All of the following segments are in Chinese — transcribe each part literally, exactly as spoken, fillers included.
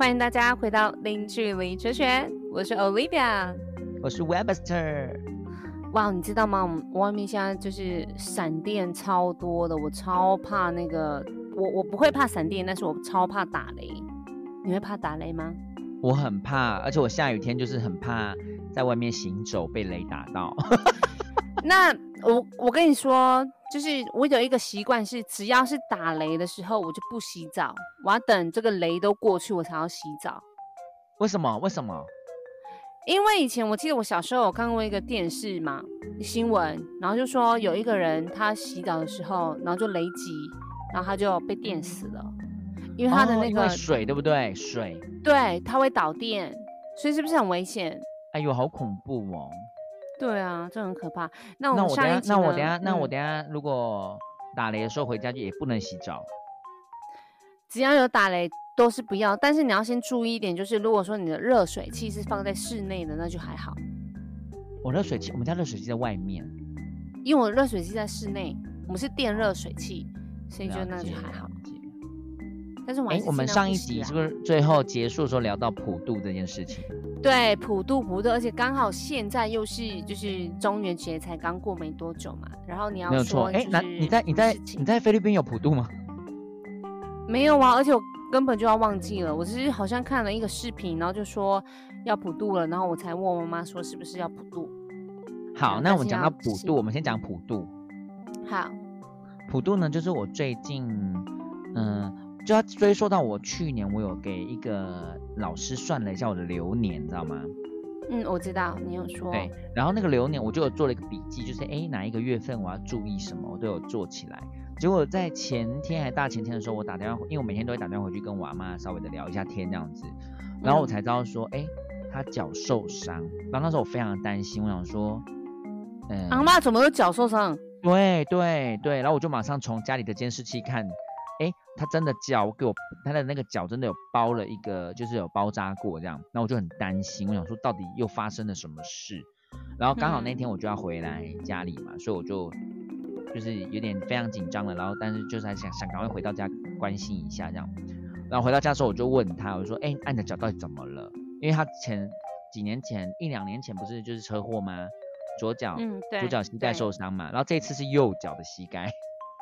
欢迎大家回到零距离哲学，我是 Olivia， 我是 Webster。 哇，你知道吗？我们外面现在就是闪电超多的，我超怕那个，我我不会怕闪电，但是我超怕打雷。你会怕打雷吗？ 我很怕，而且我下雨天就是很怕在外面行走被雷打到。 那我我跟你说，就是我有一个习惯是，只要是打雷的时候，我就不洗澡，我要等这个雷都过去，我才要洗澡。 为什么？为什么？ 因为以前我记得我小时候有看过一个电视嘛新闻，然后就说有一个人他洗澡的时候，然后就雷击，然后他就被电死了，因为他的那个、 哦、因为水对不对？水对，他会导电，所以是不是很危险？ 哎呦，好恐怖哦！ 对啊，这很可怕。那我那我等下，那我等下， 嗯、 那我等下，如果打雷的时候回家就也不能洗澡。 只要有打雷都是不要，但是你要先注意一点，就是如果说你的热水器是放在室内的，那就还好。 我热水器，我们家热水器在外面， 因为我热水器在室内，我们是电热水器，所以就那就还好。但是我还是、啊、 我们上一集是不是最后结束的时候聊到普渡这件事情？ 对，普渡普渡，而且刚好现在又是就是中元节才刚过没多久嘛，然后你要说、就是、 没有错，哎，那你在你在你在菲律宾有普渡吗？ 没有啊，而且我根本就要忘记了，我只是好像看了一个视频，然后就说要普渡了，然后我才问我妈妈说是不是要普渡。 好，那我们讲到普渡，我们先讲普渡。 好， 普渡呢，就是我最近，嗯，就要追溯到我去年，我有给一个老师算了一下我的流年，你知道吗？ 嗯，我知道，你有说。 对，然后那个流年我就有做了一个笔记，就是哎哪一个月份我要注意什么，我都有做起来。结果在前天还大前天的时候，我打电话，因为我每天都会打电话回去跟我阿妈稍微的聊一下天这样子，然后我才知道说，哎、嗯，她脚受伤，然后那时候我非常的担心，我想说， 嗯，阿妈怎么有脚受伤？ 对对对，然后我就马上从家里的监视器看，哎，她真的脚给我，她的那个脚真的有包了一个，就是有包扎过这样，那我就很担心，我想说到底又发生了什么事，然后刚好那天我就要回来家里嘛，嗯、所以我就。就是有点非常紧张了，然后但是就是还想想赶快回到家关心一下这样，然后回到家的时候我就问他，我就说，哎、欸，你的脚到底怎么了？因为他前几年前一两年前不是就是车祸吗？左脚，嗯，左脚膝盖受伤嘛，然后这一次是右脚的膝盖。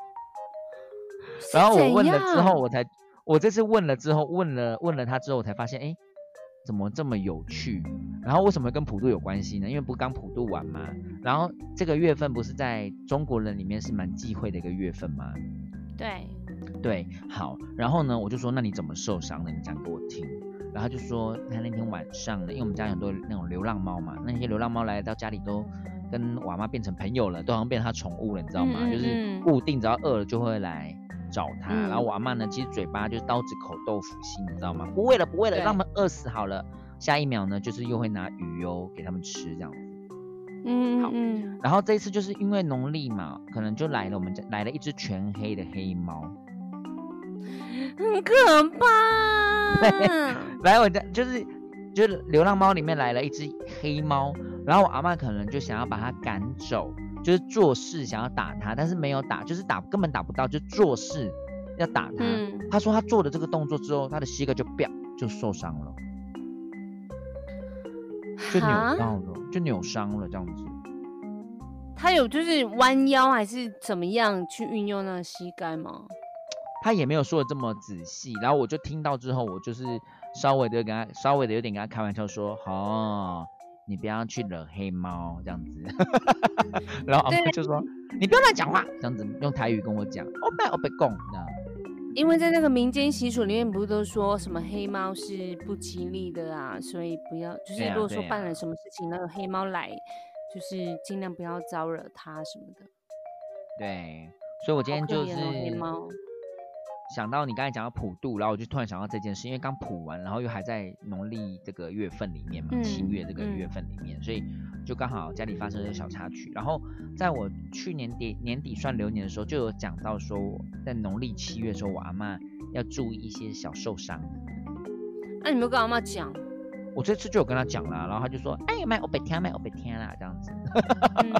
然后我问了之后，我才我这次问了之后问了问了他之后，我才发现，哎、欸，怎么这么有趣？然后为什么跟普渡有关系呢？因为不刚普渡完嘛，然后这个月份不是在中国人里面是蛮忌讳的一个月份吗？ 对， 对，好，然后呢，我就说那你怎么受伤的？你讲给我听。然后他就说他那天晚上呢，因为我们家有很多那种流浪猫嘛，那些流浪猫来到家里都跟我阿嬷变成朋友了，都好像变成他宠物了，你知道吗？嗯嗯嗯，就是固定只要饿了就会来找他，嗯、然后我阿嬷呢，其实嘴巴就是刀子口豆腐心，你知道吗？不喂了，不喂了，让他们饿死好了。下一秒呢，就是又会拿鱼油给他们吃这样子。 嗯， 好，嗯。然后这一次就是因为农历嘛，可能就来了，我们来了一只全黑的黑猫， 很可怕。 来我家就是就是流浪猫里面来了一只黑猫，然后我阿嬷可能就想要把它赶走，就是做事想要打它，但是没有打，就是打根本打不到，就做事要打它。嗯、他说他做了这个动作之后，他的膝盖就啪就受伤了。就扭到了，就扭伤了这样子。 他有就是弯腰还是怎么样去运用那个膝盖吗？ 他也没有说的这么仔细，然后我就听到之后，我就是稍微的跟他稍微的有点跟他开玩笑说，哦，你不要去惹黑猫这样子。然后阿嬷就说，你不要乱讲话，这样子用台语跟我讲，我被我被讲这样。 因为在那个民间习俗里面，不是都说什么黑猫是不吉利的啊，所以不要，就是如果说办了什么事情，那个黑猫来，就是尽量不要招惹它什么的。 对，所以我今天就是黑猫想到你刚才讲到普渡，然后我就突然想到这件事，因为刚普完，然后又还在农历这个月份里面嘛，嗯、七月这个月份里面，嗯、所以就刚好家里发生了小插曲。然后在我去年底年底算流年的时候，就有讲到说，在农历七月的时候，我阿嬷要注意一些小受伤。 那、啊、你没有跟阿嬷讲？ 我这次就有跟她讲啦，然后她就说：“哎，买我别听，买我别听啦，这样子。嗯”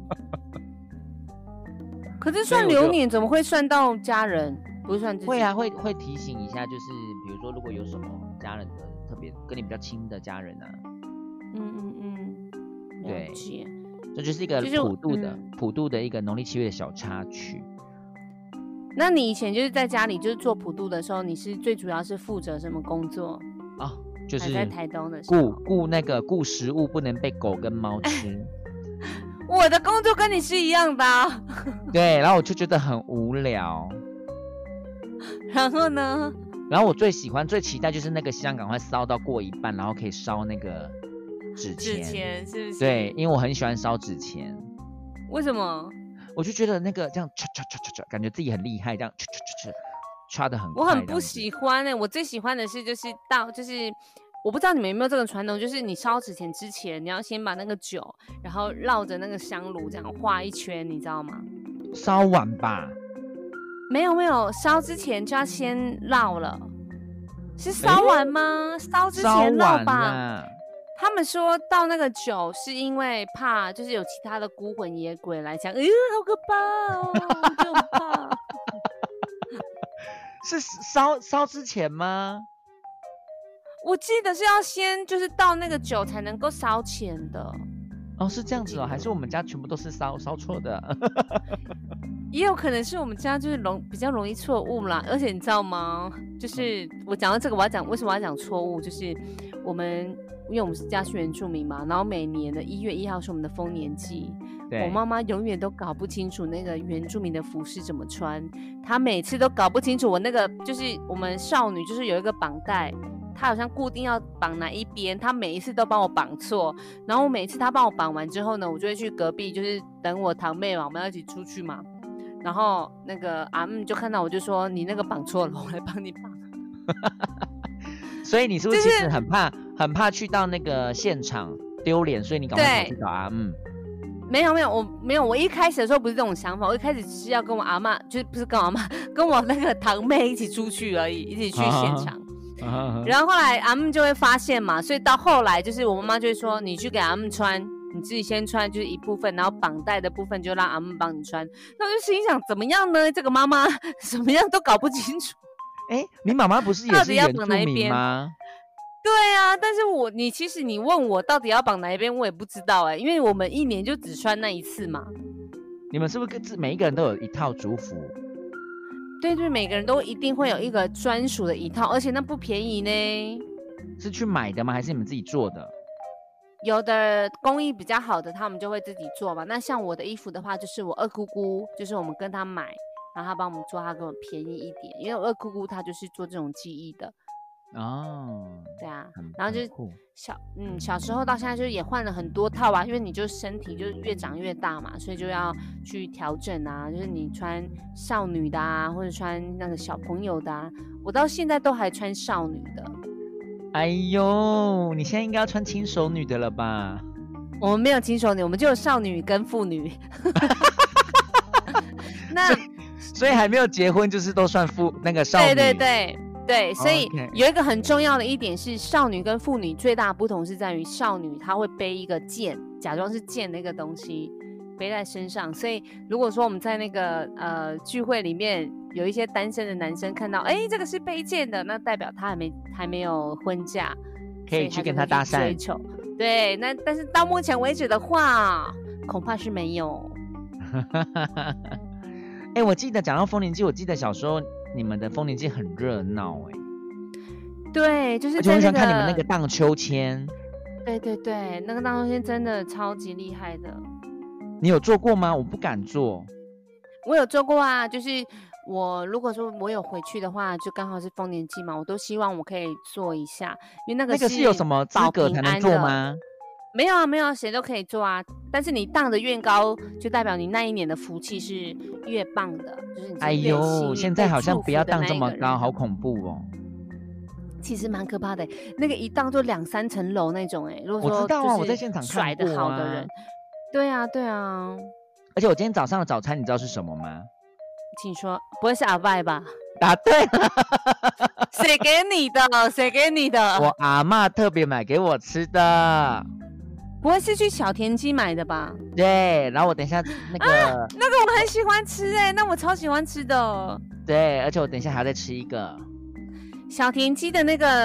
可是算流年怎么会算到家人？不是算自己？ 会啊，会会提醒一下，就是比如说如果有什么家人的特别跟你比较亲的家人啊。 嗯嗯嗯， 对， 了解。 这就是一个就是普渡的、 嗯普渡的一个农历七月的小插曲。 那你以前就是在家里就是做普渡的时候，你是最主要是负责什么工作？ 哦，就是还在台东的时顾候， 顾那个顾食物不能被狗跟猫吃。 我的工作跟你是一样的、啊。 对，然后我就觉得很无聊。 然后呢？ 然后我最喜欢、最期待就是那个香赶快烧到过一半，然后可以烧那个纸钱。 纸钱是不是？ 对，因为我很喜欢烧纸钱。 为什么？ 我就觉得那个这样唰唰唰唰唰，感觉自己很厉害，这样唰唰唰唰，刷的很快。 我很不喜欢哎、欸，我最喜欢的是就是到就是。我不知道你们有没有这个传统，就是你烧纸钱之前，你要先把那个酒，然后绕着那个香炉这样画一圈，你知道吗？ 烧完吧？ 没有没有，烧之前就要先绕了。是烧完吗？烧之前绕吧。他们说到那个酒是因为怕，就是有其他的孤魂野鬼来讲，哎呦，好可怕哦，就很怕。 是烧烧之前吗？ 我记得是要先就是倒那个酒才能够烧钱的。 哦，是这样子哦，还是我们家全部都是烧烧错的？ 也有可能是我们家就是容比较容易错误啦。而且你知道吗？就是我讲到这个，我要讲为什么要讲错误，就是我们因为我们是家是原住民嘛，然后每年的一月一号是我们的丰年祭。我妈妈永远都搞不清楚那个原住民的服饰怎么穿，她每次都搞不清楚我那个就是我们少女就是有一个绑带。他好像固定要绑哪一边，他每一次都帮我绑错，然后我每一次他帮我绑完之后呢，我就会去隔壁，就是等我堂妹嘛，我们要一起出去嘛。然后那个阿姆就看到我就说：“你那个绑错了，我来帮你绑。” 所以你是不是其实很怕、就是、很怕去到那个现场丢脸，所以你赶快跑去找阿姆？ 没有没有，我没有，我一开始的时候不是这种想法，我一开始只是要跟我阿嬷，就是不是跟我阿嬷，跟我那个堂妹一起出去而已，一起去现场。啊然后后来阿姆就会发现嘛，所以到后来就是我妈妈就会说，你去给阿姆穿，你自己先穿就是一部分，然后绑带的部分就让阿姆帮你穿。那我就心想，怎么样呢？这个妈妈怎么样都搞不清楚。 哎，你妈妈不是也是原住民吗？ 对啊，但是我你其实你问我到底要绑哪一边，我也不知道哎、欸，因为我们一年就只穿那一次嘛。 你们是不是每一个人都有一套族服？ 对对，每个人都一定会有一个专属的一套，而且那不便宜呢。 是去买的吗？还是你们自己做的？ 有的工艺比较好的，他们就会自己做嘛。那像我的衣服的话，就是我二姑姑，就是我们跟她买，然后她帮我们做，她给我便宜一点，因为我二姑姑她就是做这种技艺的。 哦， 对啊，然后就是小嗯小时候到现在就是也换了很多套啊，因为你就身体就是越长越大嘛，所以就要去调整啊，就是你穿少女的啊，或者穿那个小朋友的啊，我到现在都还穿少女的。 哎呦，你现在应该要穿轻熟女的了吧？ 我们没有轻熟女，我们就有少女跟妇女。那所 以, 所以还没有结婚就是都算妇那个少女。 对对对。对，所以有一个很重要的一点是，少女跟妇女最大的不同是在于，少女她会背一个剑，假装是剑那个东西背在身上。所以如果说我们在那个呃聚会里面有一些单身的男生看到，哎，这个是背剑的，那代表他还没还没有婚嫁， 可以去跟他搭讪。 对，那但是到目前为止的话，恐怕是没有。 哎，我记得讲到丰年祭，我记得小时候。你们的丰年祭很热闹哎， 对，就是、那個、 我就很想看你们那个荡秋千。 对对对，那个荡秋千真的超级厉害的。 你有做过吗？我不敢做。 我有做过啊，就是我如果说我有回去的话，就刚好是丰年祭嘛，我都希望我可以做一下，因为那个是那个是有什么资格才能做吗？ 没有啊，没有啊，谁都可以做啊。但是你荡得越高，就代表你那一年的福气是越棒的，就是你是越幸运。哎呦， 现在好像不要荡这么高，好恐怖哦。 其实蛮可怕的，那个一荡就两三层楼那种哎。如果说我知道啊，我在现场看过啊。 甩得好的人，对啊，对啊。 而且我今天早上的早餐你知道是什么吗？ 请说，不会是阿拜吧？ 答对了。 谁给你的？谁给你的？ 我阿嬷特别买给我吃的。 不会是去小田鸡买的吧？ 对，然后我等一下那个、 啊、那个我很喜欢吃哎、欸，那我超喜欢吃的。 对，而且我等一下还要再吃一个小田鸡的那个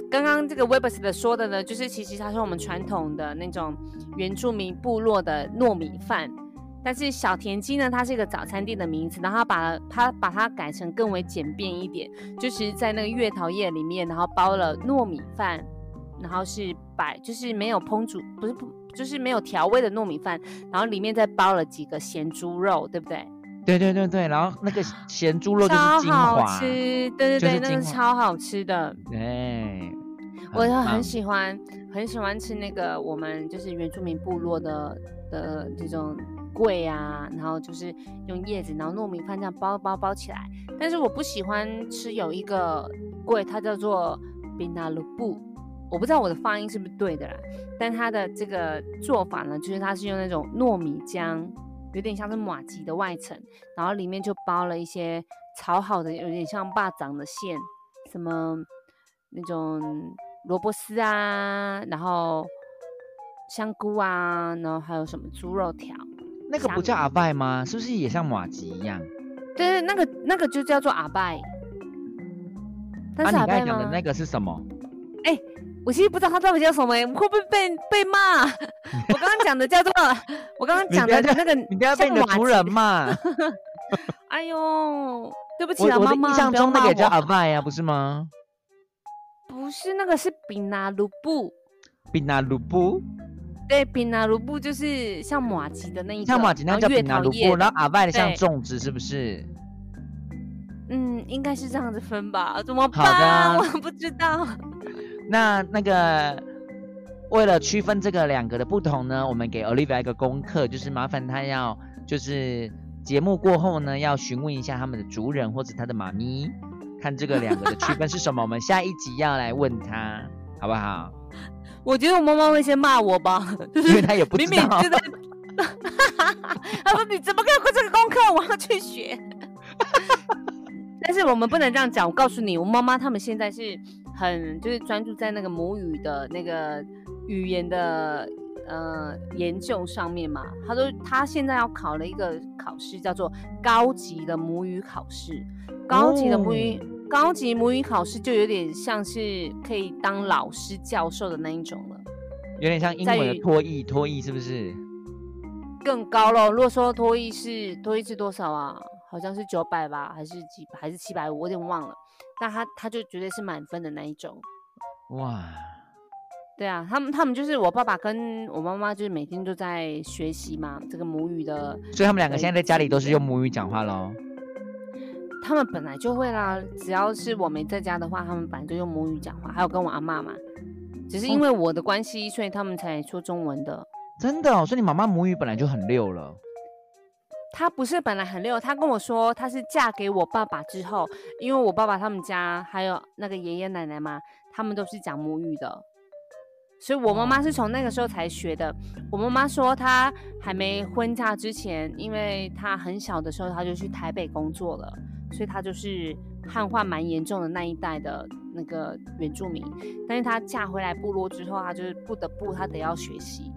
刚刚这个 Webster 的说的呢，就是其实它是我们传统的那种原住民部落的糯米饭，但是小田鸡呢，它是一个早餐店的名字，然后它把它把它改成更为简便一点，就是在那个月桃叶里面，然后包了糯米饭，然后是白，就是没有烹煮，不是就是没有调味的糯米饭，然后里面再包了几个咸猪肉，对不对？ 对对对对，然后那个咸猪肉就是精华， 超好吃，对对对，那个超好吃的。 对， 我很喜欢很喜欢吃那个我们就是原住民部落的的这种粿啊，然后就是用叶子，然后糯米饭这样包包包起来。但是我不喜欢吃有一个粿，它叫做比纳鲁布，我不知道我的发音是不是对的啦，但它的这个做法呢，就是它是用那种糯米浆。有点像是麻糬的外层，然后里面就包了一些炒好的，有点像霸掌的馅，什么那种萝卜丝啊，然后香菇啊，然后还有什么猪肉条。 那个不叫阿拜吗？是不是也像麻糬一样？ 对对，那个那个就叫做阿拜。但是阿拜吗？ 啊，你刚才讲的那个是什么？ 哎、欸。我其实不知道它到底叫什么，会不会被被骂？我刚刚讲的叫做，我刚刚讲的那个， 你不要被你的族人骂。 哎呦，对不起啊，妈妈。 我的印象中那个也叫阿拜啊，不是吗？ 不是，那个是比纳鲁布。 比纳鲁布？ 对，比纳鲁布就是像麻糬的那一个， 像麻糬那叫比纳鲁布，然后阿拜的像粽子，是不是？ 嗯，应该是这样子分吧？怎么办？我不知道。 那那个为了区分这个两个的不同呢，我们给 Olivia 一个功课，就是麻烦她要就是节目过后呢，要询问一下他们的族人或者他的妈咪，看这个两个的区分是什么。我们下一集要来问他，好不好？ 我觉得我妈妈会先骂我吧， 因为她也不知道。 明明就在，她说你怎么给我这个功课，我要去学。但是我们不能这样讲，我告诉你，我妈妈他们现在是。很就是专注在那个母语的那个语言的呃研究上面嘛，他说他现在要考了一个考试，叫做高级的母语考试。高级的母语、哦、高级母语考试就有点像是可以当老师教授的那一种了， 有点像英文的托译，托译是不是更高咯？如果说托译是托译是多少啊？好像是九百吧，还是几还是七百五，我有点忘了。那他他就绝对是满分的那一种， 哇！ 对啊，他们他们就是我爸爸跟我妈妈，就是每天都在学习嘛，这个母语的。 所以他们两个现在在家里都是用母语讲话咯。 他们本来就会啦，只要是我没在家的话，他们本来就用母语讲话，还有跟我阿嬷嘛。只是因为我的关系，哦、所以他们才说中文的。 真的哦，所以你妈妈母语本来就很溜了。 她不是本来很溜，她跟我说她是嫁给我爸爸之后，因为我爸爸他们家还有那个爷爷奶奶嘛，他们都是讲母语的，所以我妈妈是从那个时候才学的。我妈妈说她还没婚嫁之前，因为她很小的时候她就去台北工作了，所以她就是汉化蛮严重的那一代的那个原住民，但是她嫁回来部落之后，她就是不得不她得要学习。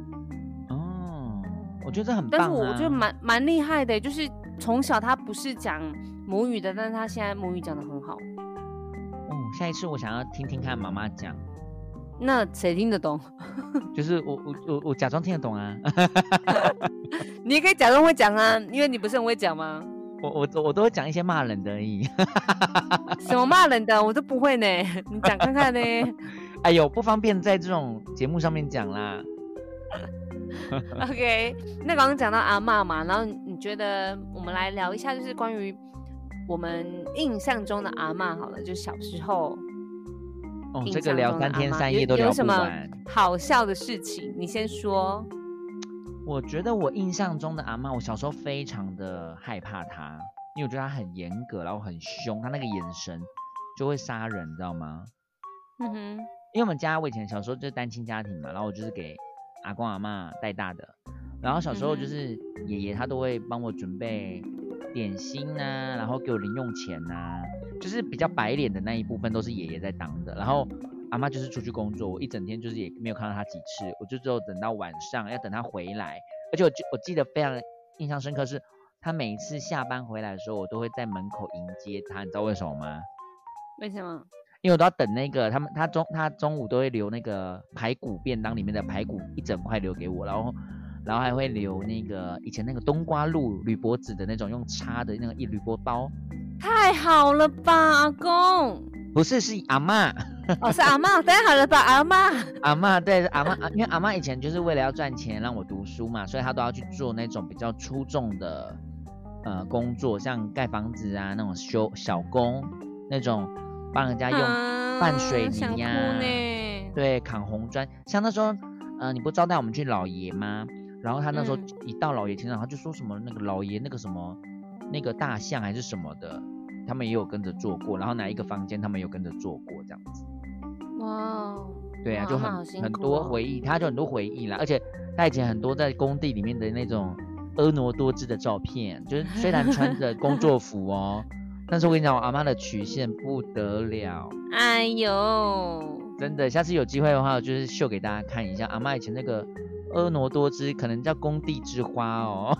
我觉得很棒、啊、 但是我觉得蛮蛮厉害的，就是从小他不是讲母语的，但是他现在母语讲得很好。 哦，下一次我想要听听看妈妈讲。 那谁听得懂？ 就是我我我我假装听得懂啊。 你也可以假装会讲啊，因为你不是很会讲吗？ 我我我都会讲一些骂人的而已。 什么骂人的？我都不会呢，你讲看看呢。 哎呦，不方便在这种节目上面讲啦。 OK， 那刚刚讲到阿嬷嘛，然后你觉得我们来聊一下，就是关于我们印象中的阿嬷好了，就小时候。 哦，这个聊三天三夜都聊不完。有什么好笑的事情？你先说。 我觉得我印象中的阿嬷，我小时候非常的害怕她，因为我觉得她很严格，然后很凶，她那个眼神就会杀人，你知道吗？ 嗯哼。 因为我们家我以前小时候就是单亲家庭嘛，然后我就是给阿公阿嬷带大的，然后小时候就是爷爷他都会帮我准备点心啊，然后给我零用钱啊，就是比较白脸的那一部分都是爷爷在当的，然后阿嬷就是出去工作，我一整天就是也没有看到他几次，我就只有等到晚上要等他回来，而且我我记得非常印象深刻是，他每一次下班回来的时候，我都会在门口迎接他，你知道为什么吗？ 为什么？ 因为我都要等那个他们，他中他中午都会留那个排骨便当里面的排骨一整块留给我，然后然后还会留那个以前那个冬瓜露铝箔纸的那种用插的那个一铝箔包。 太好了吧，阿公？ 不是，是阿嬷。 哦，是阿嬷，太好了吧，阿嬷？ 阿嬷对，阿嬷，因为阿嬷以前就是为了要赚钱让我读书嘛，所以她都要去做那种比较出众的呃工作，像盖房子啊那种修小工，那种帮人家用拌水泥呀、啊，对，扛红砖。像那时候，呃，你不招待我们去老爷吗？然后他那时候一到老爷厅上，他就说什么那个老爷那个什么那个大象还是什么的，他们也有跟着做过，然后哪一个房间他们有跟着做过这样子。 哇， 对啊，就很、哦、很多回忆，他就很多回忆啦，而且他以前很多在工地里面的那种婀娜多姿的照片，就是虽然穿着工作服哦，但是我跟你讲，我阿嬷的曲线不得了， 哎呦， 真的，下次有机会的话，我就是秀给大家看一下阿嬷以前那个婀娜多姿，可能叫工地之花哦。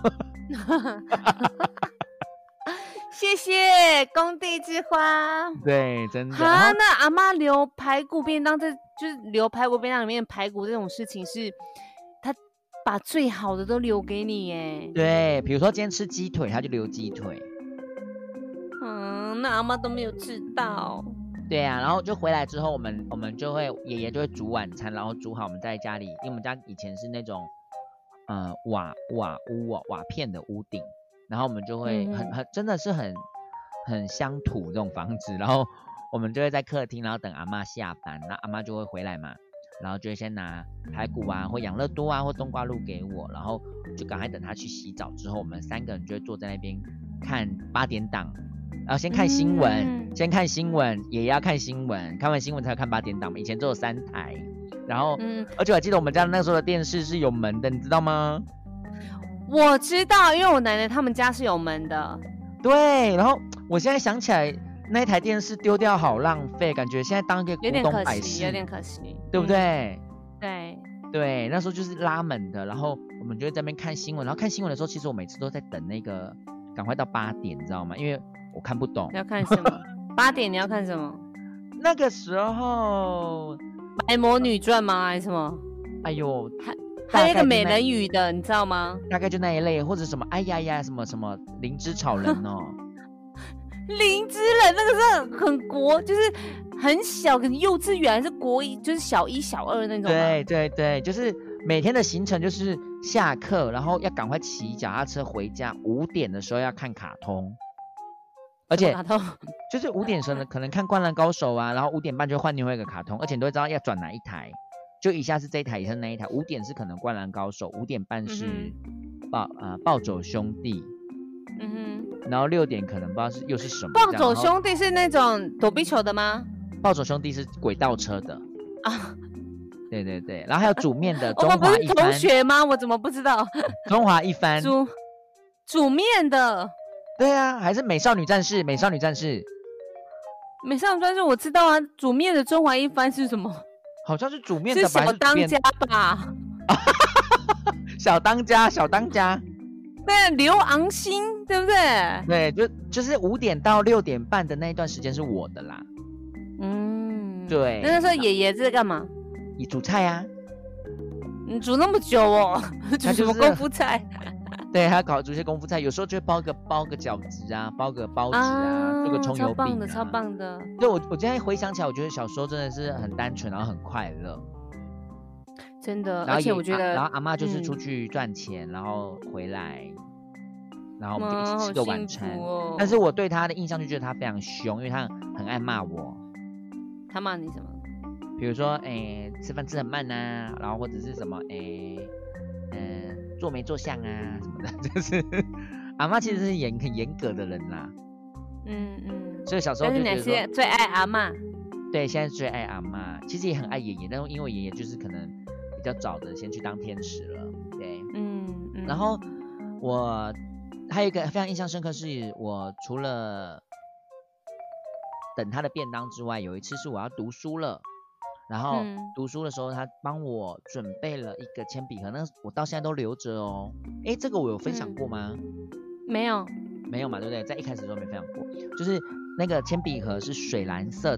谢谢工地之花。 对，真的。 啊，那阿嬷留排骨便当，这就是留排骨便当里面的排骨这种事情，是她把最好的都留给你耶。 对，比如说今天吃鸡腿，她就留鸡腿。 嗯，那阿嬷都没有知道。 对啊，然后就回来之后，我们我们就会爷爷就会煮晚餐，然后煮好我们在家里，因为我们家以前是那种呃瓦瓦屋瓦瓦片的屋顶。然后我们就会很很真的是很很乡土这种房子，然后我们就会在客厅，然后等阿嬷下班，然后阿嬷就会回来嘛，然后就会先拿排骨啊或养乐多啊或冬瓜露给我，然后就赶快等她去洗澡之后，我们三个人就会坐在那边看八点档，然后先看新闻，嗯、先看新闻，也要看新闻，看完新闻才看八点档嘛，以前只有三台，然后、嗯、而且我还记得我们家那时候的电视是有门的，你知道吗？ 我知道，因为我奶奶他们家是有门的。 对，然后我现在想起来，那一台电视丢掉好浪费，感觉现在当一个古董摆饰， 有点可惜，有点可惜， 对不对？ 嗯、对对，那时候就是拉门的，然后我们就会在那边看新闻，然后看新闻的时候，其实我每次都在等那个赶快到八点，你知道吗？因为我看不懂。 你要看什么？八点你要看什么？ 那个时候《 白魔女传》吗？还是什么？ 哎呦， 还有一个美人鱼的，你知道吗？ 大概就那一类，或者什么哎呀呀，什么什么灵芝草人哦。 灵芝人那个是很国，就是很小，可能幼稚园还是国一，就是小一、小二那种。 对对对，就是每天的行程就是下课，然后要赶快骑脚踏车回家，五点的时候要看卡通，而且就是五点时候可能看《灌篮高手》啊，然后五点半就换另外一个卡通，而且你都会知道要转哪一台。就一下是这一台，一下是那一台。五点是可能《灌篮高手》，五点半是暴、嗯、呃暴走兄弟，嗯哼，然后六点可能不知道是又是什么。 暴走兄弟是那种躲避球的吗？ 暴走兄弟是轨道车的啊，对对对，然后还有煮面的中华一番。 我们不是同学吗？我怎么不知道？ 中华一番煮煮面的， 对啊，还是美少女战士？美少女战士， 美少女战士我知道啊，煮面的中华一番是什么？ 好像是煮面的吧， 是小当家吧？ 小当家，小当家。 对，刘昂星，对不对？ 对，就就是五点到六点半的那一段时间是我的啦。嗯，对。 那时候爷爷在干嘛？ 你煮菜啊？ 你煮那么久哦，煮什么功夫菜？ 对，还要搞煮些功夫菜，有时候就会包个包个饺子啊，包个包子啊，做、啊、个葱油饼、啊， 超棒的，超棒的。 对，我我今天回想起来，我觉得小时候真的是很单纯，然后很快乐， 真的。而且我觉得， 然后阿嬷就是出去赚钱，嗯、然后回来，然后我们就一起吃个晚餐。哦、但是我对她的印象就觉得她非常凶，因为她很爱骂我。 她骂你什么？ 比如说，哎，吃饭吃很慢啊，然后或者是什么，哎。做没做相啊什么的，就是阿嬷其实是严很严格的人啦。嗯嗯。所以小时候就觉得说，但是你是最爱阿嬷。 对，现在最爱阿嬷，其实也很爱爷爷，但是因为爷爷就是可能比较早的先去当天使了，对。嗯嗯。然后我还有一个非常印象深刻，是我除了等他的便当之外，有一次是我要读书了。然后读书的时候，他帮我准备了一个铅笔盒，那我到现在都留着哦。哎，这个我有分享过吗？ 嗯、没有， 没有嘛，对不对？在一开始的时候没分享过，就是那个铅笔盒是水蓝色的，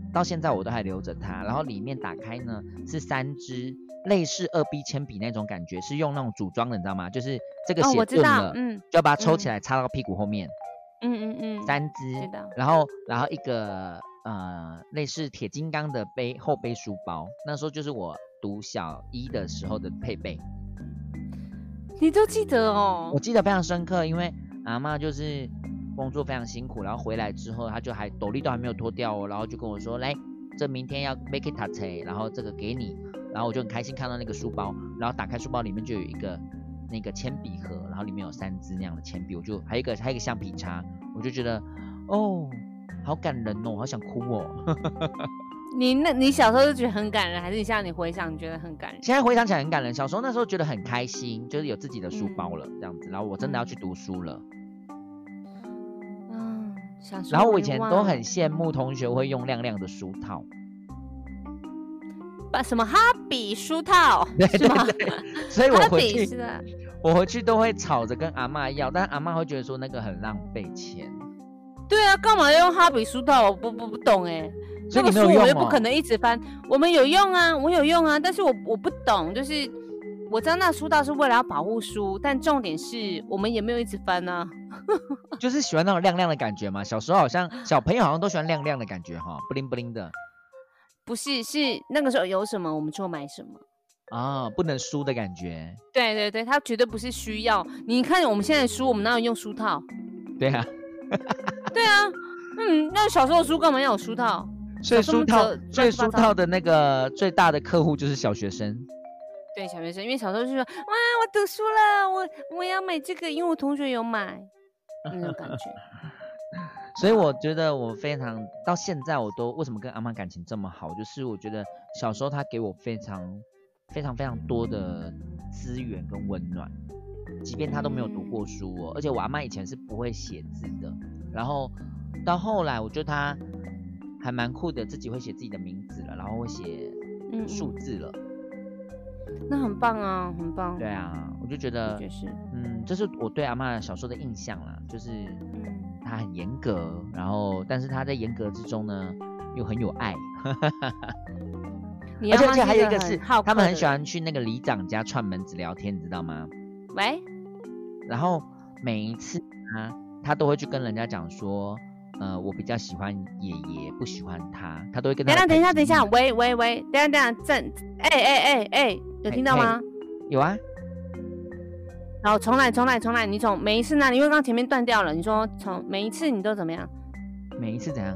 到现在我都还留着它。然后里面打开呢是三支类似二 B 铅笔那种感觉，是用那种组装的，你知道吗？就是这个哦， 写我知钝了， 道嗯就要把它抽起来插到屁股后面， 嗯嗯嗯， 三支知道， 然后然后一个呃类似铁金刚的背后背书包，那时候就是我读小一的时候的配备。 你都记得哦我。记得非常深刻，因为阿嬷就是工作非常辛苦，然后回来之后，她就还斗笠都还没有脱掉哦，然后就跟我说，来，这明天要 make it 读册，然后这个给你，然后我就很开心看到那个书包，然后打开书包里面就有一个那个铅笔盒，然后里面有三支那样的铅笔，我就还有一个还有一个橡皮擦，我就觉得哦，好感人哦，好想哭哦。 你那，你小时候就觉得很感人，还是你现在你回想你觉得很感人？ 现在回想起来很感人，小时候那时候觉得很开心，就是有自己的书包了、 嗯、 这样子，然后我真的要去读书了。 嗯，小时候然后我以前都很羡慕同学会用亮亮的书套， 把什么哈比书套， 对对对对，所以我回去是的， 我回去都会吵着跟阿嬷要，但阿嬷会觉得说那个很浪费钱。 对啊，干嘛要用哈比书套？我不不不懂哎、欸。 所以你没有用、哦、 那个书我又不可能一直翻，我们有用啊，我有用啊，但是我我不懂，就是我知道那书套是为了要保护书，但重点是我们也没有一直翻啊。 就是喜欢那种亮亮的感觉嘛，小时候好像小朋友好像都喜欢亮亮的感觉哈，不灵不灵的。 不是，是那个时候有什么我们就买什么啊，不能输的感觉。 对对对，它绝对不是需要。你看我们现在的书，我们哪有用书套？ 对啊， 对啊，嗯，那小时候的书干嘛要有书套？ 所以书套，所以书套的那个最大的客户就是小学生。 对，小学生，因为小时候就说哇，我读书了，我我要买这个，因为我同学有买，那种感觉。 所以我觉得我非常到现在我都为什么跟阿嬷感情这么好，就是我觉得小时候她给我非常非常非常多的资源跟温暖，即便她都没有读过书哦，而且我阿嬷以前是不会写字的，然后到后来我觉得她还蛮酷的，自己会写自己的名字了，然后会写数字了。嗯嗯，那很棒啊，很棒。 对啊，我就觉得，嗯，这是我对阿嬷小时候的印象啦，就是她很严格，然后但是她在严格之中呢，又很有愛。而且而且还有一个是，他们很喜歡去那個里長家串門子聊天，你知道嗎？ 喂。 然後每一次啊，他都會去跟人家講說。呃，我比較喜歡爺爺，不喜歡他，他都會跟他。 等一下，等一下，等一下，喂喂喂，等一下，等一下，正，哎哎哎哎，有聽到嗎？ 有啊。 然後重來，重來，重來，你從每一次呢？因為剛剛前面斷掉了，你說從每一次你都怎麼樣？ 每一次怎樣？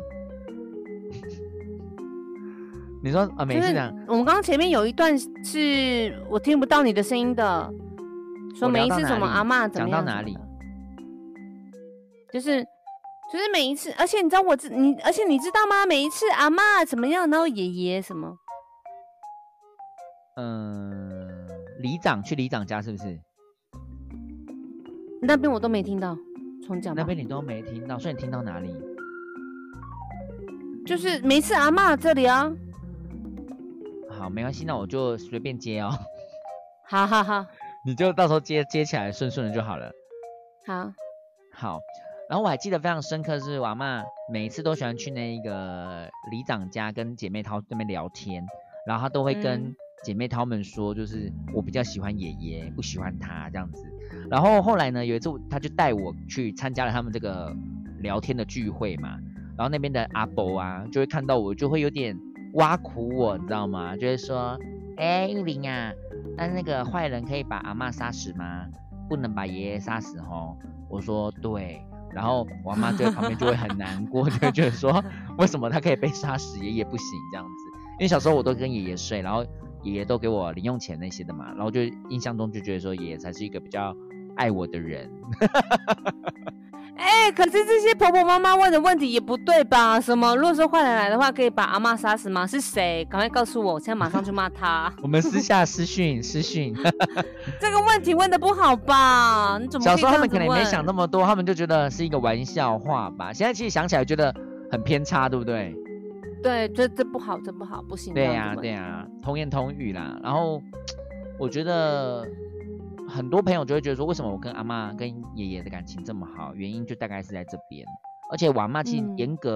你說啊，每一次怎樣？ 我們剛剛前面有一段是我聽不到你的聲音的，說每一次什麼阿嬷怎麼樣？ 講到哪裡？ 就是。就是每一次，而且你知道我你，而且你知道嗎？每一次阿嬷怎麼樣，然後爺爺什麼？ 嗯，里長去里長家是不是？ 那邊我都沒聽到，重講。 那邊你都沒聽到，所以你聽到哪裡？ 就是每一次阿嬷這裡啊。 好，沒關係，那我就隨便接哦。 好好好， 你就到時候接接起來順順的就好了。 好。 好。然後我還記得非常深刻是我阿嬷每一次都喜歡去那個里長家跟姐妹淘那邊聊天，然後她都會跟姐妹淘們說，就是我比較喜歡爺爺，不喜歡他這樣子。然後後來呢，有一次她就帶我去參加了他們這個聊天的聚會嘛，然後那邊的阿伯啊就會看到我，就會有點挖苦我，你知道嗎？就會說，哎，玉玲啊，那那個壞人可以把阿嬷殺死嗎？不能把爺爺殺死哦。我說對。然後我阿媽就在旁邊就會很難過，就會覺得說為什麼他可以被殺死，爺爺不行這樣子。因為小時候我都跟爺爺睡，然後爺爺都給我零用錢那些的嘛，然後就印象中就覺得說爺爺才是一個比較愛我的人。 哎、欸，可是這些婆婆媽媽問的問題也不對吧？什麼？如果說壞人來的話，可以把阿嬷殺死嗎？是誰？趕快告訴我，我現在馬上去罵他。 我們私下私訊私訊。 這個問題問得不好吧？你怎麼可以這樣子問？ 小時候他們可能沒想那麼多，他們就覺得是一個玩笑話吧。現在其實想起來覺得很偏差，對不對？ 對，這這不好，這不好，不行。 對呀、啊，對呀、啊，童言童語啦。然後我覺得。很多朋友就會覺得說，為什麼我跟阿嬷跟爺爺的感情這麼好？原因就大概是在這邊。而且我阿嬷其實嚴格、嗯、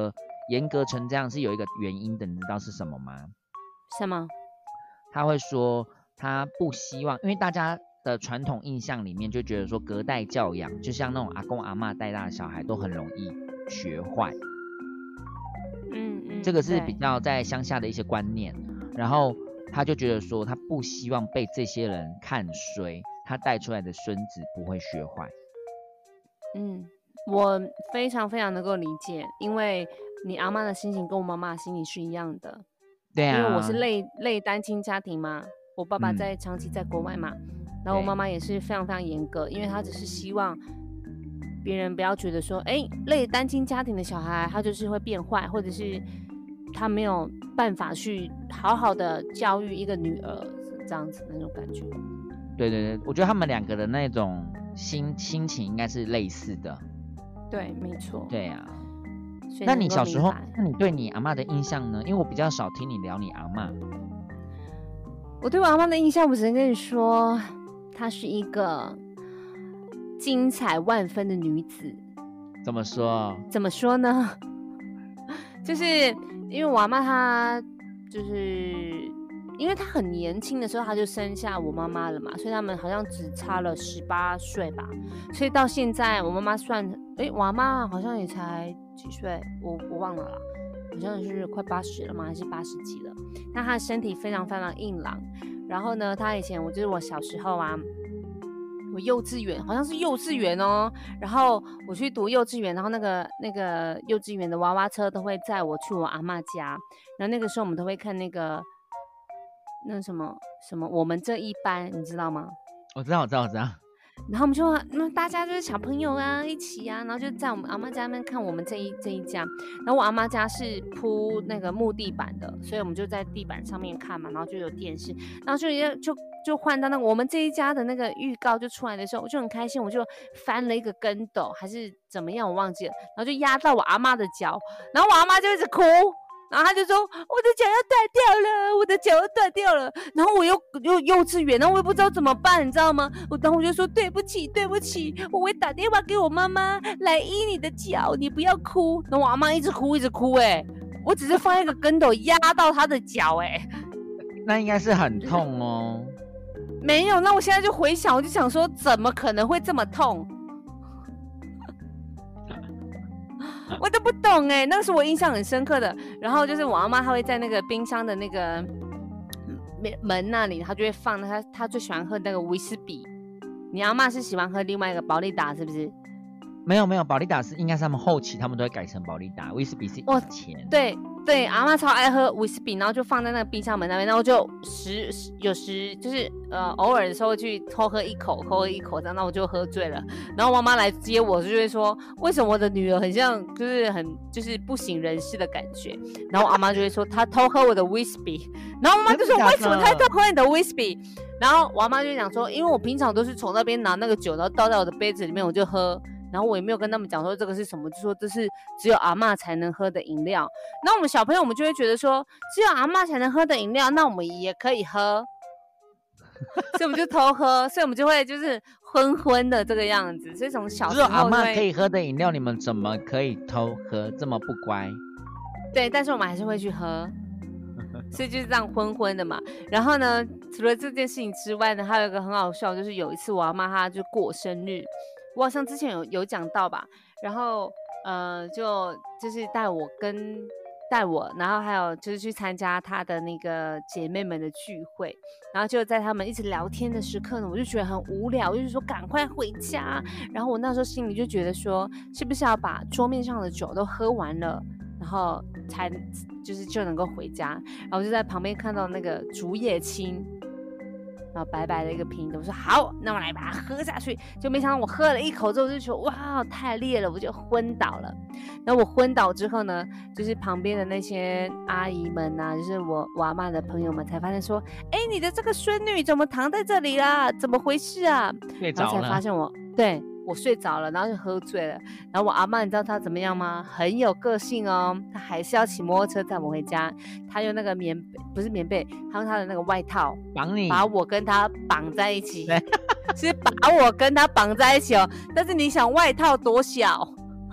严格成这样是有一个原因的，你知道是什么吗？ 什么？ 他会说他不希望，因为大家的传统印象里面就觉得说隔代教养，就像那种阿公阿嬷带大的小孩都很容易学坏。 嗯嗯， 这个是比较在乡下的一些观念，然后他就觉得说他不希望被这些人看衰，他带出来的孙子不会学坏。 嗯，我非常非常能够理解，因为你阿嬷的心情跟我妈妈的心情是一样的。 对啊， 因为我是类类单亲家庭嘛，我爸爸在、 嗯、 长期在国外嘛，然后我妈妈也是非常非常严格，因为她只是希望别人不要觉得说，哎，类单亲家庭的小孩他就是会变坏，或者是他没有办法去好好的教育一个女儿这样子的那种感觉。 对对对，我觉得他们两个的那种心心情应该是类似的。 对，没错。 对啊。那你小时候，那你对你阿嬷的印象呢？因为我比较少听你聊你阿嬷。 我对我阿嬷的印象，我只能跟你说，她是一个精彩万分的女子。 怎么说？ 怎么说呢？就是因为我阿嬷她就是因为她很年轻的时候，她就生下我妈妈了嘛，所以他们好像只差了十八岁吧。所以到现在，我妈妈算，哎，我阿嬷好像也才几岁，我我忘了啦，好像是快八十了吗？还是八十几了？那她的身体非常非常硬朗。然后呢，她以前我就是我小时候啊，我幼稚园好像是幼稚园哦，然后我去读幼稚园，然后那个那个幼稚园的娃娃车都会载我去我阿嬷家，然后那个时候我们都会看那个那什么什么我们这一班，你知道吗？ 我知道，我知道，我知道。 然后我们就那大家就是小朋友啊一起啊，然后就在我们阿嬷家那边看我们这一这一家，然后我阿嬷家是铺那个木地板的，所以我们就在地板上面看嘛，然后就有电视，然后就就就换到那个我们这一家的那个预告就出来的时候，我就很开心，我就翻了一个跟斗还是怎么样我忘记了，然后就压到我阿嬷的脚，然后我阿嬷就一直哭。然后他就说我的脚要断掉了，我的脚要断掉了。然后我又又幼稚园，然后我也不知道怎么办，你知道吗？我然后我就说对不起，对不起，我会打电话给我妈妈来医你的脚，你不要哭。然后我阿嬷一直哭，一直哭、欸，哎，我只是放一个跟斗压到她的脚、欸，哎， 那应该是很痛哦。 没有，那我现在就回想，我就想说，怎么可能会这么痛？我都不懂哎、欸，那个是我印象很深刻的。然后就是我阿嬷她会在那个冰箱的那个门那里，她就会放她她最喜欢喝那个威士比。你阿嬷是喜欢喝另外一个保利达是不是？ 没有没有，保利达是应该是他们后期他们都会改成保利达，威士比是以前。 对对，阿嬷超爱喝威士比，然后就放在那个冰箱门那边，然后就时有时就是呃偶尔的时候去偷喝一口，偷喝一口这样，那我就喝醉了。然后我妈妈来接我，就会说为什么我的女儿很像就是很就是不省人事的感觉。然后我阿妈就会说她偷喝我的威士比，然后我妈就说为什么她偷喝你的威士比？然后我阿妈就讲说，因为我平常都是从那边拿那个酒，然后倒在我的杯子里面，我就喝。然后我也没有跟他们讲说这个是什么，就说这是只有阿嬷才能喝的饮料。那我们小朋友我们就会觉得说，只有阿嬷才能喝的饮料，那我们也可以喝，所以我们就偷喝，所以我们就会就是昏昏的这个样子。所以从小时候只有阿嬷可以喝的饮料，你们怎么可以偷喝？这么不乖？ 对，但是我们还是会去喝。所以就是这样昏昏的嘛。然后呢，除了这件事情之外呢，还有一个很好笑，就是有一次我阿嬷她就过生日。我好像之前有有讲到吧，然后呃就就是带我跟带我，然后还有就是去参加她的那个姐妹们的聚会，然后就在他们一直聊天的时刻呢，我就觉得很无聊，就是说赶快回家。然后我那时候心里就觉得说，是不是要把桌面上的酒都喝完了，然后才就是就能够回家。然后我就在旁边看到那个竹叶青。然后白白的一个瓶子，我说好，那我来把它喝下去。就没想到我喝了一口之后就觉得哇太烈了，我就昏倒了。然后我昏倒之后呢，就是旁边的那些阿姨们啊，就是我我阿嬷的朋友们才发现说，哎，你的这个孙女怎么躺在这里啦？怎么回事啊？然后才发现我对我睡着了，然后就喝醉了。然后我阿嬷你知道她怎么样吗？很有个性哦，她还是要骑摩托车载我回家。她用那个棉被，不是棉被，她用她的那个外套绑你， 把我跟她绑在一起，是把我跟她绑在一起哦。但是你想外套多小，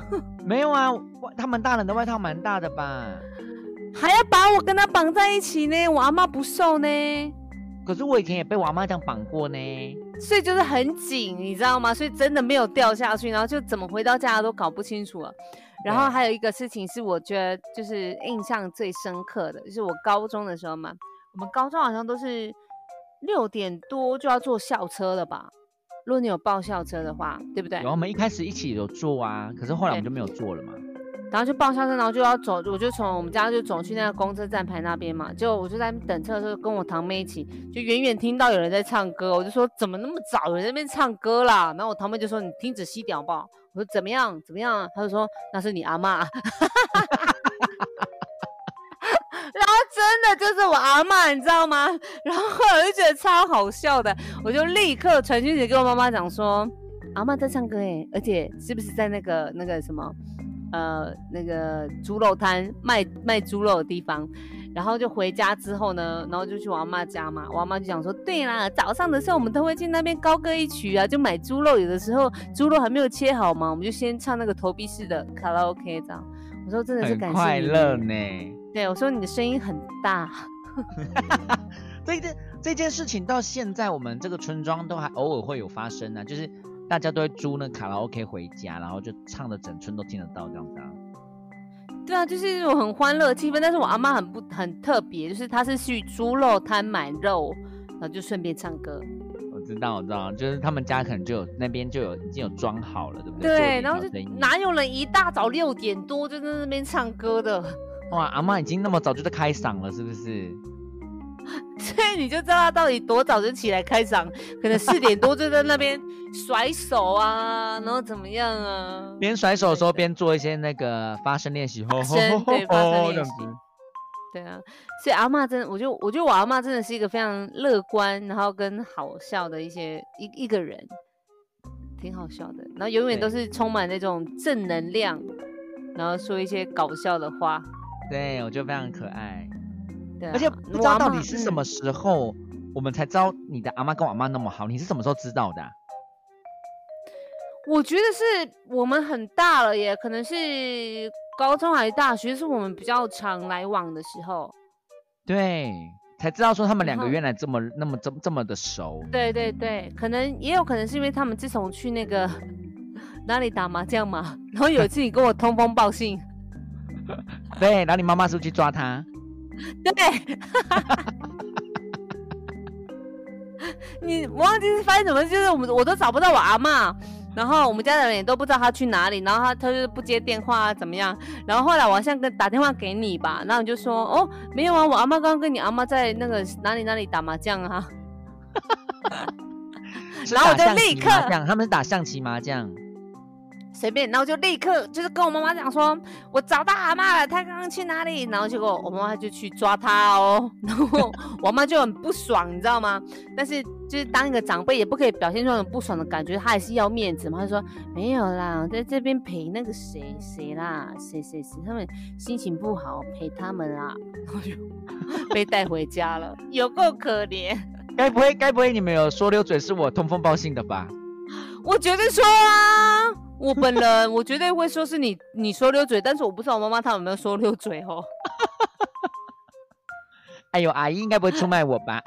没有啊，他们大人的外套蛮大的吧？ 还要把我跟他绑在一起呢，我阿嬷不受呢。 可是我以前也被我阿嬷这样绑过呢， 所以就是很紧，你知道吗？所以真的没有掉下去，然后就怎么回到家都搞不清楚了。然后还有一个事情是我觉得就是印象最深刻的，就是我高中的时候嘛，我们高中好像都是六点多就要坐校车了吧？如果你有报校车的话，对不对？ 有，我们一开始一起有坐啊，可是后来我们就没有坐了嘛。 然后就报校车，然后就要走，我就从我们家就走去那个公车站牌那边嘛。结果我就在那边等车的时候，跟我堂妹一起，就远远听到有人在唱歌，我就说怎么那么早有人在那边唱歌啦？然后我堂妹就说你停止吸屌好不好？我说怎么样怎么样？她就说那是你阿嬷。然后真的就是我阿嬷，你知道吗？然后我就觉得超好笑的，我就立刻传讯息给我妈妈讲说，阿嬷在唱歌哎，而且是不是在那个那个什么？呃，那个猪肉摊卖卖猪肉的地方，然后就回家之后呢，然后就去我阿嬷家嘛，我阿嬷就讲说，对啦，早上的时候我们都会去那边高歌一曲啊，就买猪肉，有的时候猪肉还没有切好嘛，我们就先唱那个投币式的卡拉 OK 这样。我说真的是感谢你， 很快乐呢。 对，我说你的声音很大。 这件这件事情到现在我们这个村庄都还偶尔会有发生啊，就是大家都会租那卡拉 OK 回家，然后就唱的整村都听得到这样子啊。 对啊，就是一种很欢乐的气氛。但是我阿嬷很不很特别，就是她是去猪肉摊买肉，然后就顺便唱歌。 我知道，我知道，就是他们家可能就有那边就有已经有装好了，对不对？ 对，然后就哪有人一大早六点多就在那边唱歌的？ 哇，阿嬷已经那么早就在开嗓了，是不是？ 所以你就知道他到底多早就起来开嗓，可能四点多就在那边甩手啊，然后怎么样啊？ 边甩手的时候边做一些那个发声练习， 发声对发声练习，对啊。所以阿嬷真的，我就我觉得我阿嬷真的是一个非常乐观，然后跟好笑的一些一一个人，挺好笑的。然后永远都是充满那种正能量，然后说一些搞笑的话。 对，我觉得非常可爱。 对啊， 而且不知道到底是什么时候，我们才知道你的阿嬷跟我阿嬷那么好。你是什么时候知道的啊？ 我觉得是我们很大了耶，可能是高中还是大学，是我们比较常来往的时候。 对，才知道说他们两个原来这么那么这么这么的熟。 对对对，可能也有可能是因为他们自从去那个哪里打麻将嘛，然后有一次你跟我通风报信。 对，然后你妈妈是不是去抓他？ 对。你我忘记是发生什么，就是我们我都找不到我阿嬷，然后我们家的人也都不知道他去哪里，然后他他就不接电话啊怎么样，然后后来我好像跟打电话给你吧，然后你就说哦没有啊，我阿嬷刚刚跟你阿嬷在那个哪里哪里打麻将啊。然后我就立刻， 他们是打象棋麻将。 随便，然后就立刻就是跟我妈妈讲说，我找到阿嬷了，她刚刚去哪里？然后结果我妈妈就去抓她哦，然后我妈就很不爽，你知道吗？但是就是当一个长辈也不可以表现出那种不爽的感觉，她还是要面子嘛。她说没有啦，在这边陪那个谁谁啦，谁谁谁，他们心情不好，陪他们啦，然后就被带回家了，有够可怜。 该不会该不会你们有说溜嘴是我通风报信的吧？ 我绝对说啊。我本人我绝对会说是你你说溜嘴，但是我不知道我妈妈她有没有说溜嘴哦。 哎呦，阿姨应该不会出卖我吧？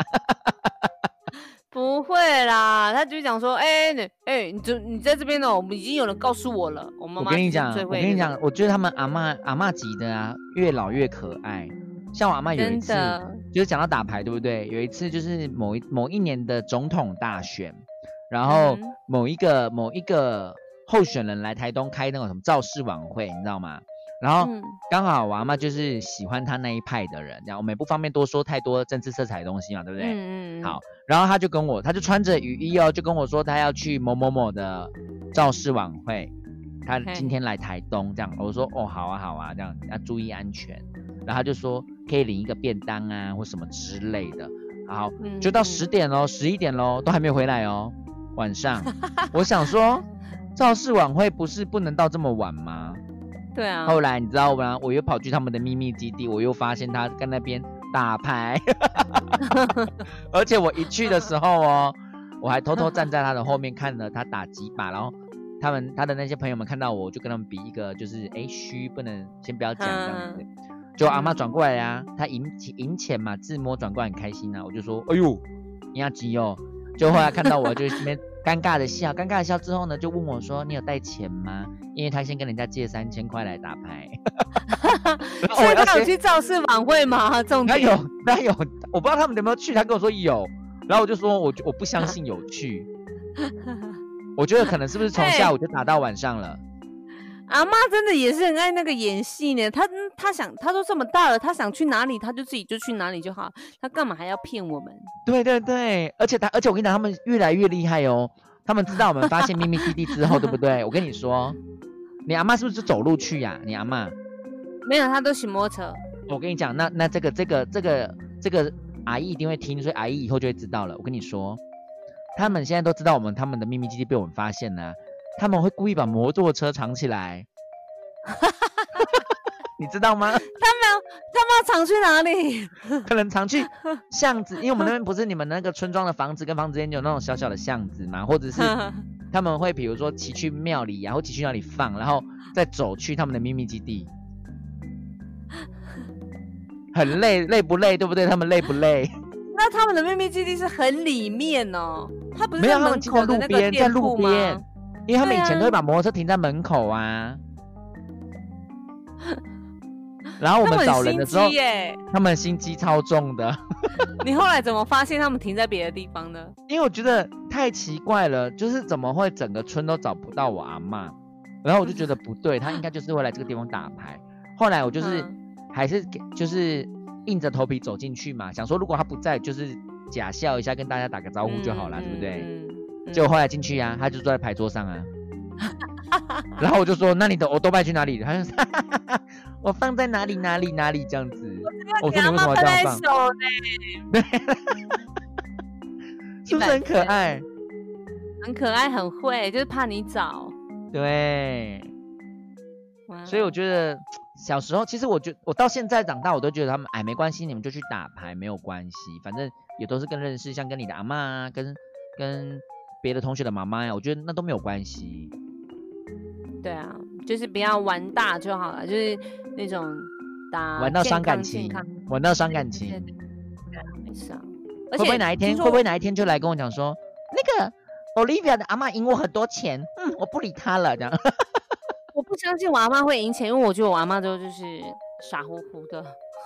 不会啦，她就讲说，哎、欸，你哎、欸，你就你在这边哦，我们已经有人告诉我了。我妈妈， 我跟你讲，我跟你讲，我觉得他们阿嬷阿嬷级的啊，越老越可爱。像我阿嬷有一次，就是讲到打牌，对不对？有一次就是某一某一年的总统大选，然后某一个、嗯、某一个。候选人来台东开那种什么造势晚会，你知道吗？然后刚好我阿嬷就是喜欢他那一派的人，这样我们也不方便多说太多政治色彩的东西嘛，对不对？嗯嗯。好，然后他就跟我，他就穿着雨衣哦，就跟我说他要去某某某的造势晚会，他今天来台东这样。我说哦，好啊好啊，这样要注意安全。然后他就说可以领一个便当啊，或什么之类的。好，就到十点咯，十一点咯，都还没有回来哦，晚上。我想说。造势晚会不是不能到这么晚吗？ 对啊。 后来你知道吗？我又跑去他们的秘密基地，我又发现他跟那边打牌，而且我一去的时候哦，我还偷偷站在他的后面看了他打几把，然后他们他的那些朋友们看到我，就跟他们比一个就是哎嘘，不能先不要讲这样子。就阿嬷转过来呀、啊，她赢赢钱嘛，自摸转过来很开心啊，我就说哎呦，你要急哦。就后来看到我就那边尴尬的笑，尴尬的笑之后呢，就问我说你有带钱吗？因为他先跟人家借三千块来打牌。 所以他有去造势晚会吗？重点他有，他有，我不知道他们有没有去，他跟我说有，然后我就说我我不相信有去，我觉得可能是不是从下午就打到晚上了。 阿嬷真的也是很爱那个演戏呢，她她想，她都这么大了，她想去哪里，她就自己就去哪里就好，她干嘛还要骗我们？ 对对对，而且他，而且我跟你讲，他们越来越厉害哦。他们知道我们发现秘密基地之后，对不对？我跟你说，你阿嬷是不是走路去呀、啊？你阿嬷没有，她都骑摩托车。 我跟你讲，那那这个这个这个这个阿姨一定会听，所以阿姨以后就会知道了。我跟你说，他们现在都知道我们他们的秘密基地被我们发现了、啊。他们会故意把摩托车藏起来，你知道吗？ 他们他们要藏去哪里？ 可能藏去巷子，因为我们那边不是你们那个村庄的房子跟房子间有那种小小的巷子嘛，或者是他们会比如说骑去庙里，然后骑去那里放，然后再走去他们的秘密基地。很累，累不累？对不对？他们累不累？ 那他们的秘密基地是很里面哦，他不是没有， 在门口的那个店铺吗？ 因为他们以前都会把摩托车停在门口啊，然后我们找人的时候，他们心机超重的。 你后来怎么发现他们停在别的地方呢？ 因为我觉得太奇怪了，就是怎么会整个村都找不到我阿嬷，然后我就觉得不对，他应该就是会来这个地方打牌。后来我就是还是就是硬着头皮走进去嘛，想说如果他不在，就是假笑一下，跟大家打个招呼就好了，嗯、对不对？嗯结果后来进去啊，他就坐在牌桌上啊，然后我就说：“那你的欧多拜去哪里？”他就说：“我放在哪里哪里哪里这样子。”我说：“你为什么要这样放？”对，是不是很可爱？ 很可爱，很会，就是怕你找。 对，所以我觉得小时候，其实我觉我到现在长大，我都觉得他们哎没关系，你们就去打牌没有关系，反正也都是跟认识，像跟你的阿嬷啊，跟跟。别的同学的妈妈呀，我觉得那都没有关系。 对啊，就是不要玩大就好了，就是那种打玩到伤感情，玩到伤感情。 对啊，没事啊。 会不会哪一天，会不会哪一天就来跟我讲说，那个 Olivia 的阿嬷赢我很多钱，嗯，我不理她了这样。 我不相信我阿嬷会赢钱，因为我觉得我阿嬷都就是傻乎乎的。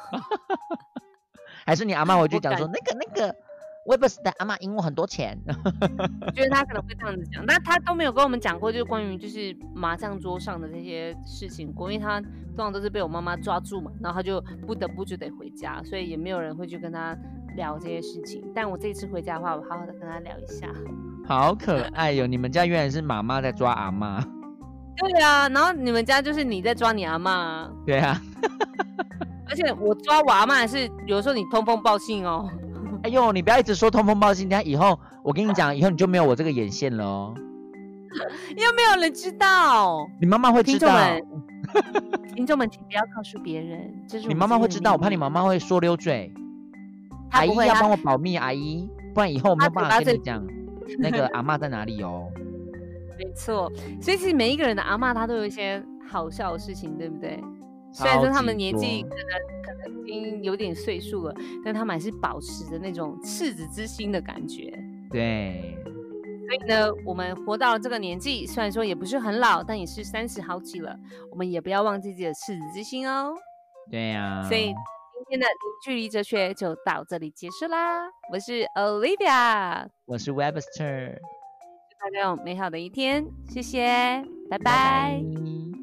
还是你阿嬷回去讲说，那个那个。Webster 的阿嬷赢我很多钱， 我觉得他可能会这样子讲，但他都没有跟我们讲过，就是关于就是麻将桌上的这些事情过，因为他通常都是被我妈妈抓住嘛，然后他就不得不就得回家，所以也没有人会去跟他聊这些事情。但我这一次回家的话，我好好的跟他聊一下。 好可爱哟、哦！你们家原来是妈妈在抓阿嬷。 对啊，然后你们家就是你在抓你阿嬷啊。 对啊。 而且我抓我阿嬷还是有时候你通风报信哦。 哎呦，你不要一直说通风报信，等下以后我跟你讲，以后你就没有我这个眼线了哦。 又没有人知道， 你妈妈会知道。 听众们，听众们，请不要告诉别人，这是你妈妈会知道，我怕你妈妈会说溜嘴。阿姨要帮我保密，阿姨，不然以后我没有办法跟你讲那个阿嬷在哪里哦。 没错，所以其实每一个人的阿嬷，她都有一些好笑的事情，对不对？虽然说他们年纪可能可能已经有点岁数了，但他们还是保持着那种赤子之心的感觉。 对， 所以呢，我们活到了这个年纪，虽然说也不是很老，但也是三十好几了，我们也不要忘记自己的赤子之心哦。 对呀、啊。 所以今天的零距离哲学就到这里结束啦。我是 Olivia， 我是 Webster， 祝大家有美好的一天，谢谢，拜拜。 拜拜。